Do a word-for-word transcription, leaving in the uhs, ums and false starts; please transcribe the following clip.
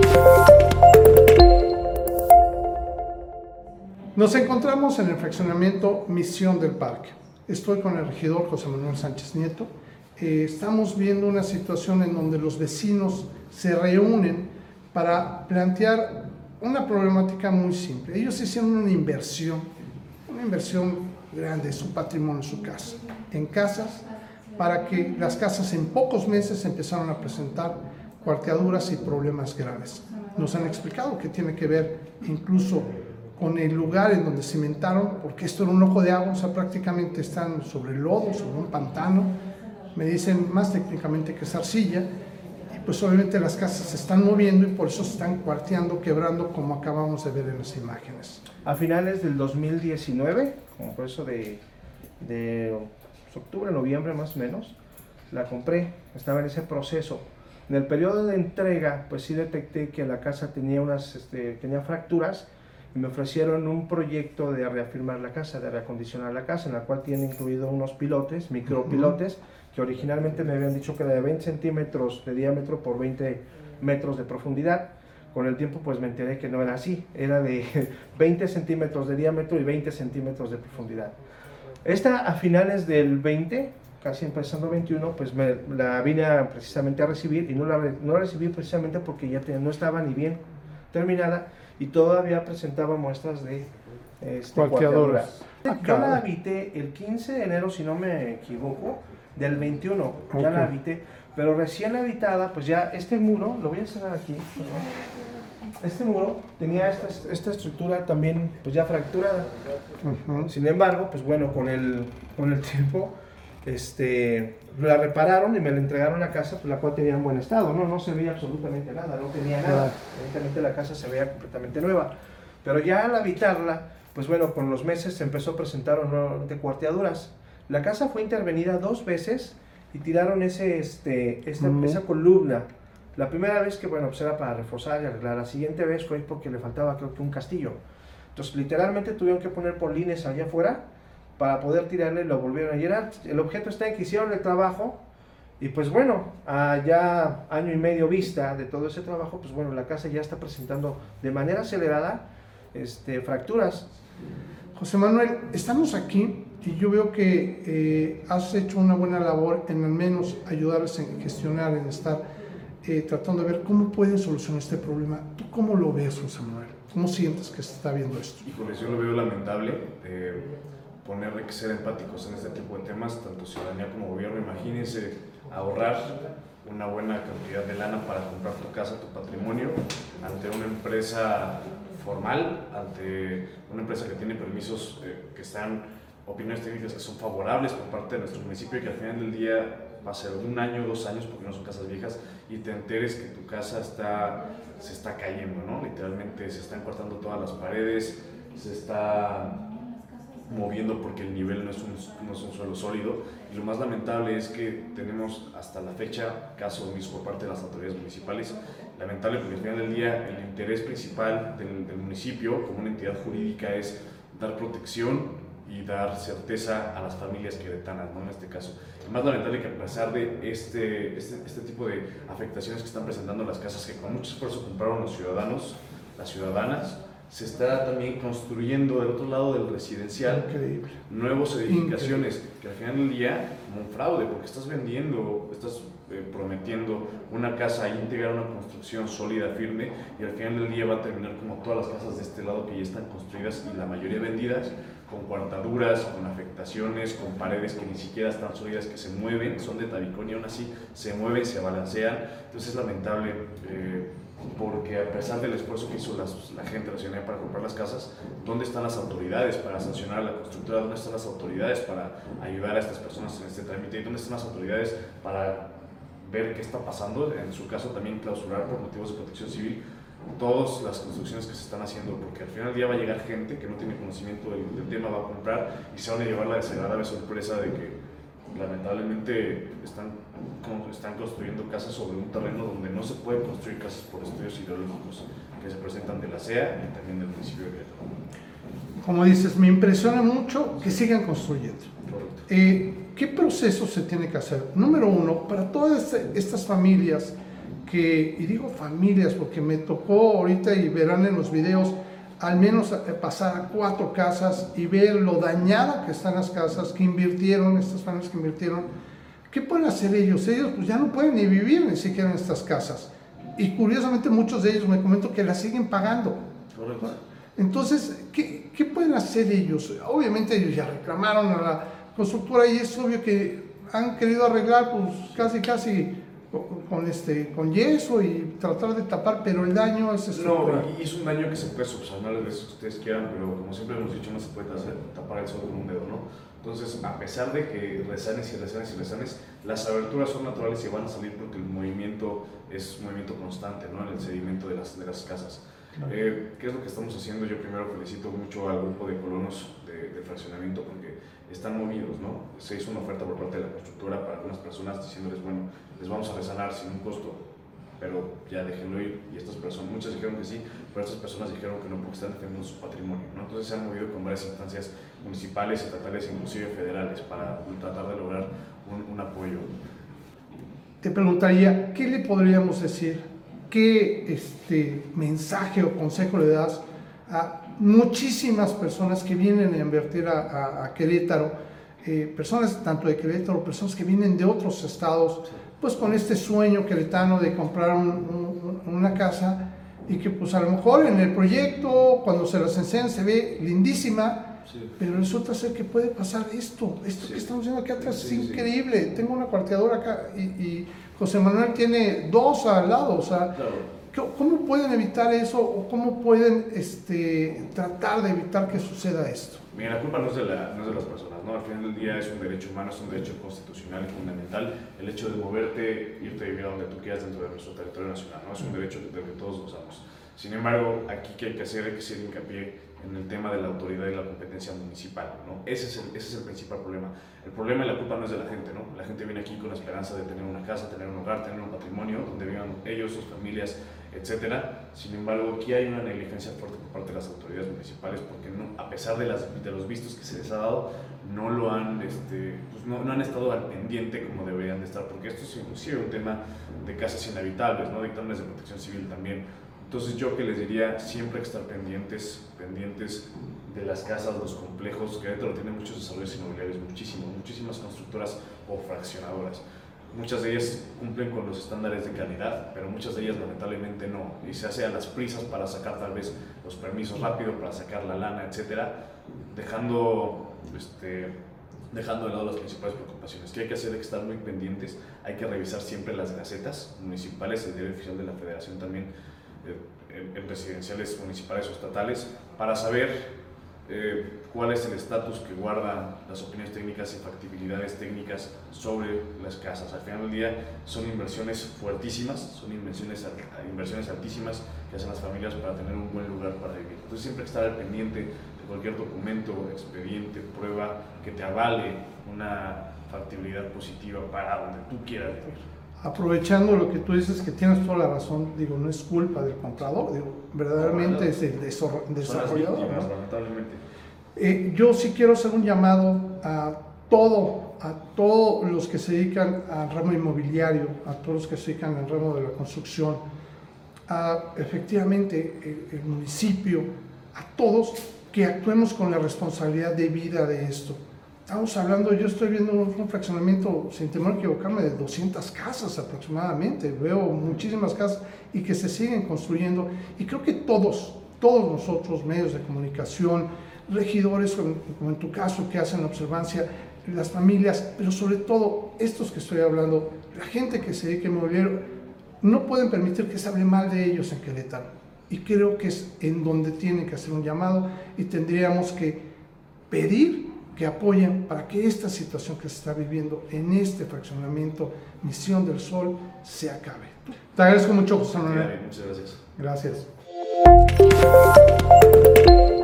Nos encontramos en el fraccionamiento Misión del Parque. Estoy con el regidor José Manuel Sánchez Nieto. Eh, estamos viendo una situación en donde los vecinos se reúnen para plantear una problemática muy simple. Ellos hicieron una inversión, una inversión grande, su patrimonio, su casa, en casas, para que las casas en pocos meses empezaron a presentar cuarteaduras y problemas graves. Nos han explicado que tiene que ver incluso con el lugar en donde cimentaron, porque esto era un ojo de agua, o sea, prácticamente están sobre el lodo, sobre un pantano, me dicen más técnicamente que es arcilla, y pues obviamente las casas se están moviendo y por eso se están cuarteando, quebrando, como acabamos de ver en las imágenes. A finales del dos mil diecinueve, como por eso de, de octubre, noviembre más o menos, la compré, estaba en ese proceso. En el periodo de entrega, pues sí detecté que la casa tenía, unas, este, tenía fracturas, y me ofrecieron un proyecto de reafirmar la casa, de reacondicionar la casa, en la cual tiene incluido unos pilotes, micropilotes, uh-huh. que originalmente me habían dicho que era de veinte centímetros de diámetro por veinte metros de profundidad. Con el tiempo pues me enteré que no era así, era de veinte centímetros de diámetro y veinte centímetros de profundidad. Esta a finales del veinte, casi empezando veintiuno, pues me la vine a, precisamente a recibir, y no la, no la recibí precisamente porque ya te, no estaba ni bien terminada, y todavía presentaba muestras de este, cuarteaduras. Yo la habité el quince de enero, si no me equivoco, del veintiuno, okay. Ya la habité, pero recién habitada, pues ya este muro, lo voy a cerrar aquí, este muro tenía esta, esta estructura también pues ya fracturada. Uh-huh. Sin embargo, pues bueno, con el, con el tiempo, este, la repararon y me la entregaron a la casa, pues la cual tenía en buen estado, no, no se veía absolutamente nada, no tenía nada, evidentemente la casa se veía completamente nueva, pero ya al habitarla, pues bueno, con los meses se empezó a presentar nuevamente cuarteaduras. La casa fue intervenida dos veces y tiraron ese, este, esta, uh-huh. esa columna. La primera vez que, bueno, pues era para reforzar y arreglar, la siguiente vez fue porque le faltaba, creo que un castillo. Entonces, literalmente tuvieron que poner polines allá afuera para poder tirarle y lo volvieron a llenar. El objeto está en que hicieron el trabajo y pues bueno, a ya año y medio vista de todo ese trabajo, pues bueno, la casa ya está presentando de manera acelerada este, fracturas. José Manuel, estamos aquí y yo veo que eh, has hecho una buena labor en al menos ayudarles en gestionar, en estar eh, tratando de ver cómo pueden solucionar este problema. ¿Tú cómo lo ves, José Manuel? ¿Cómo sientes que se está viendo esto? Híjole, yo lo veo lamentable. Eh, poner hay que ser empáticos en este tipo de temas, tanto ciudadanía como gobierno. Imagínense ahorrar una buena cantidad de lana para comprar tu casa, tu patrimonio, ante una empresa formal, ante una empresa que tiene permisos eh, que están, opiniones técnicas que son favorables por parte de nuestro municipio, y que al final del día va a ser un año, dos años, porque no son casas viejas, y te enteres que tu casa está, se está cayendo, ¿no? Literalmente se están cortando todas las paredes, se está moviendo porque el nivel no es, un, no es un suelo sólido, y lo más lamentable es que tenemos hasta la fecha casos omisos por parte de las autoridades municipales. Lamentable porque al final del día el interés principal del, del municipio como una entidad jurídica es dar protección y dar certeza a las familias queretanas, ¿no? En este caso. Es más lamentable que a pesar de este, este, este tipo de afectaciones que están presentando las casas que con mucho esfuerzo compraron los ciudadanos, las ciudadanas, se está también construyendo del otro lado del residencial Increíble. nuevas edificaciones Increíble. que al final del día, como un fraude, porque estás vendiendo, estás eh, prometiendo una casa íntegra, una construcción sólida, firme, y al final del día va a terminar como todas las casas de este lado que ya están construidas y la mayoría vendidas, con cuartaduras, con afectaciones, con paredes que ni siquiera están sólidas, que se mueven, son de tabicón y aún así se mueven, se balancean. Entonces es lamentable eh, porque a pesar del esfuerzo que hizo las, la gente, la ciudadanía para comprar las casas, ¿dónde están las autoridades para sancionar a la constructora? ¿Dónde están las autoridades para ayudar a estas personas en este trámite? ¿Y dónde están las autoridades para ver qué está pasando? En su caso también clausurar por motivos de protección civil todas las construcciones que se están haciendo, porque al final del día va a llegar gente que no tiene conocimiento del, del tema, va a comprar y se van a llevar la desagradable sorpresa de que lamentablemente están, están construyendo casas sobre un terreno donde no se pueden construir casas por estudios ideológicos que se presentan de la C E A y también del municipio de Querétaro. Como dices, me impresiona mucho que sigan construyendo. Eh, ¿Qué proceso se tiene que hacer? Número uno, para todas estas familias que, y digo familias porque me tocó ahorita y verán en los videos, al menos pasar a cuatro casas y ver lo dañada que están las casas, que invirtieron, estas familias que invirtieron. ¿Qué pueden hacer ellos? Ellos pues ya no pueden ni vivir ni siquiera en estas casas. Y curiosamente muchos de ellos me comento que las siguen pagando. Correcto. Entonces, ¿qué, ¿qué pueden hacer ellos? Obviamente ellos ya reclamaron a la constructora y es obvio que han querido arreglar pues casi casi con, con este, con yeso y tratar de tapar, pero el daño es estructural. No, y es un daño que se puede subsanar las veces que ustedes quieran, pero como siempre hemos dicho, no se puede hacer, tapar el sol con un dedo, ¿no? Entonces, a pesar de que resanes y resanes y resanes, las aberturas son naturales y van a salir porque el movimiento es un movimiento constante, ¿no? En el sedimento de las, de las casas. Claro. Eh, ¿Qué es lo que estamos haciendo? Yo primero felicito mucho al grupo de colonos de, de fraccionamiento porque están movidos, ¿no? Se hizo una oferta por parte de la constructora para algunas personas diciéndoles, bueno, les vamos a resanar sin un costo, pero ya déjenlo ir. Y estas personas, muchas dijeron que sí, pero estas personas dijeron que no porque están defendiendo su patrimonio, ¿no? Entonces se han movido con varias instancias municipales, estatales e inclusive federales para tratar de lograr un, un apoyo. Te preguntaría, ¿qué le podríamos decir? ¿Qué este, mensaje o consejo le das a muchísimas personas que vienen a invertir a, a, a Querétaro? Eh, personas tanto de Querétaro, personas que vienen de otros estados, pues con este sueño queretano de comprar un, un, una casa y que pues a lo mejor en el proyecto, cuando se las enseñan, se ve lindísima, sí. Pero resulta ser que puede pasar esto, esto sí. Que estamos viendo aquí atrás sí, es increíble. Sí. Tengo una cuarteadora acá y, y José Manuel tiene dos al lado, o sea, claro. ¿Cómo pueden evitar eso o cómo pueden este, tratar de evitar que suceda esto? Mira, la culpa no es, de la, no es de las personas, ¿no? Al final del día es un derecho humano, es un derecho constitucional y fundamental el hecho de moverte, irte a vivir a donde tú quieras dentro de nuestro territorio nacional, ¿no? Es un derecho del que todos gozamos. Sin embargo, aquí que hay que hacer, hay que hacer hincapié en el tema de la autoridad y la competencia municipal, ¿no? Ese es el, ese es el principal problema. El problema y la culpa no es de la gente, ¿no? La gente viene aquí con la esperanza de tener una casa, tener un hogar, tener un patrimonio donde vivan ellos, sus familias, etcétera. Sin embargo, aquí hay una negligencia fuerte por parte de las autoridades municipales porque no, a pesar de, las, de los vistos que se les ha dado, no lo han, este, pues no, no han estado al pendiente como deberían de estar, porque esto es inclusive un tema de casas inhabitables, ¿no? Dictámenes de protección civil también. Entonces yo que les diría, siempre hay que estar pendientes, pendientes de las casas, los complejos. Querétaro tiene muchos desarrollos inmobiliarios, muchísimos, muchísimas constructoras o fraccionadoras. Muchas de ellas cumplen con los estándares de calidad, pero muchas de ellas lamentablemente no. Y se hace a las prisas para sacar tal vez los permisos rápido, para sacar la lana, etcétera, dejando, este, dejando de lado las principales preocupaciones. ¿Qué hay que hacer? Hay que estar muy pendientes, hay que revisar siempre las gacetas municipales, el diario oficial de la Federación también, en, en residenciales municipales o estatales, para saber eh, cuál es el estatus que guardan las opiniones técnicas y factibilidades técnicas sobre las casas. Al final del día son inversiones fuertísimas, son inversiones, inversiones altísimas que hacen las familias para tener un buen lugar para vivir. Entonces siempre hay que estar al pendiente de cualquier documento, expediente, prueba que te avale una factibilidad positiva para donde tú quieras vivir. Aprovechando lo que tú dices, que tienes toda la razón, digo, no es culpa del comprador, digo, verdaderamente es el desarrollador, ¿no? Lamentablemente. Eh, yo sí quiero hacer un llamado a todo, a todos los que se dedican al ramo inmobiliario, a todos los que se dedican al ramo de la construcción, a efectivamente el, el municipio, a todos que actuemos con la responsabilidad debida de esto. Estamos hablando, yo estoy viendo un fraccionamiento, sin temor a equivocarme, de doscientas casas aproximadamente. Veo muchísimas casas y que se siguen construyendo. Y creo que todos, todos nosotros, medios de comunicación, regidores, como en tu caso, que hacen la observancia, las familias, pero sobre todo estos que estoy hablando, la gente que se dedica a inmobiliario, no pueden permitir que se hable mal de ellos en Querétaro. Y creo que es en donde tienen que hacer un llamado y tendríamos que pedir que apoyen para que esta situación que se está viviendo en este fraccionamiento Misión del Sol se acabe. Te agradezco mucho, José Manuel. Muchas gracias. Gracias.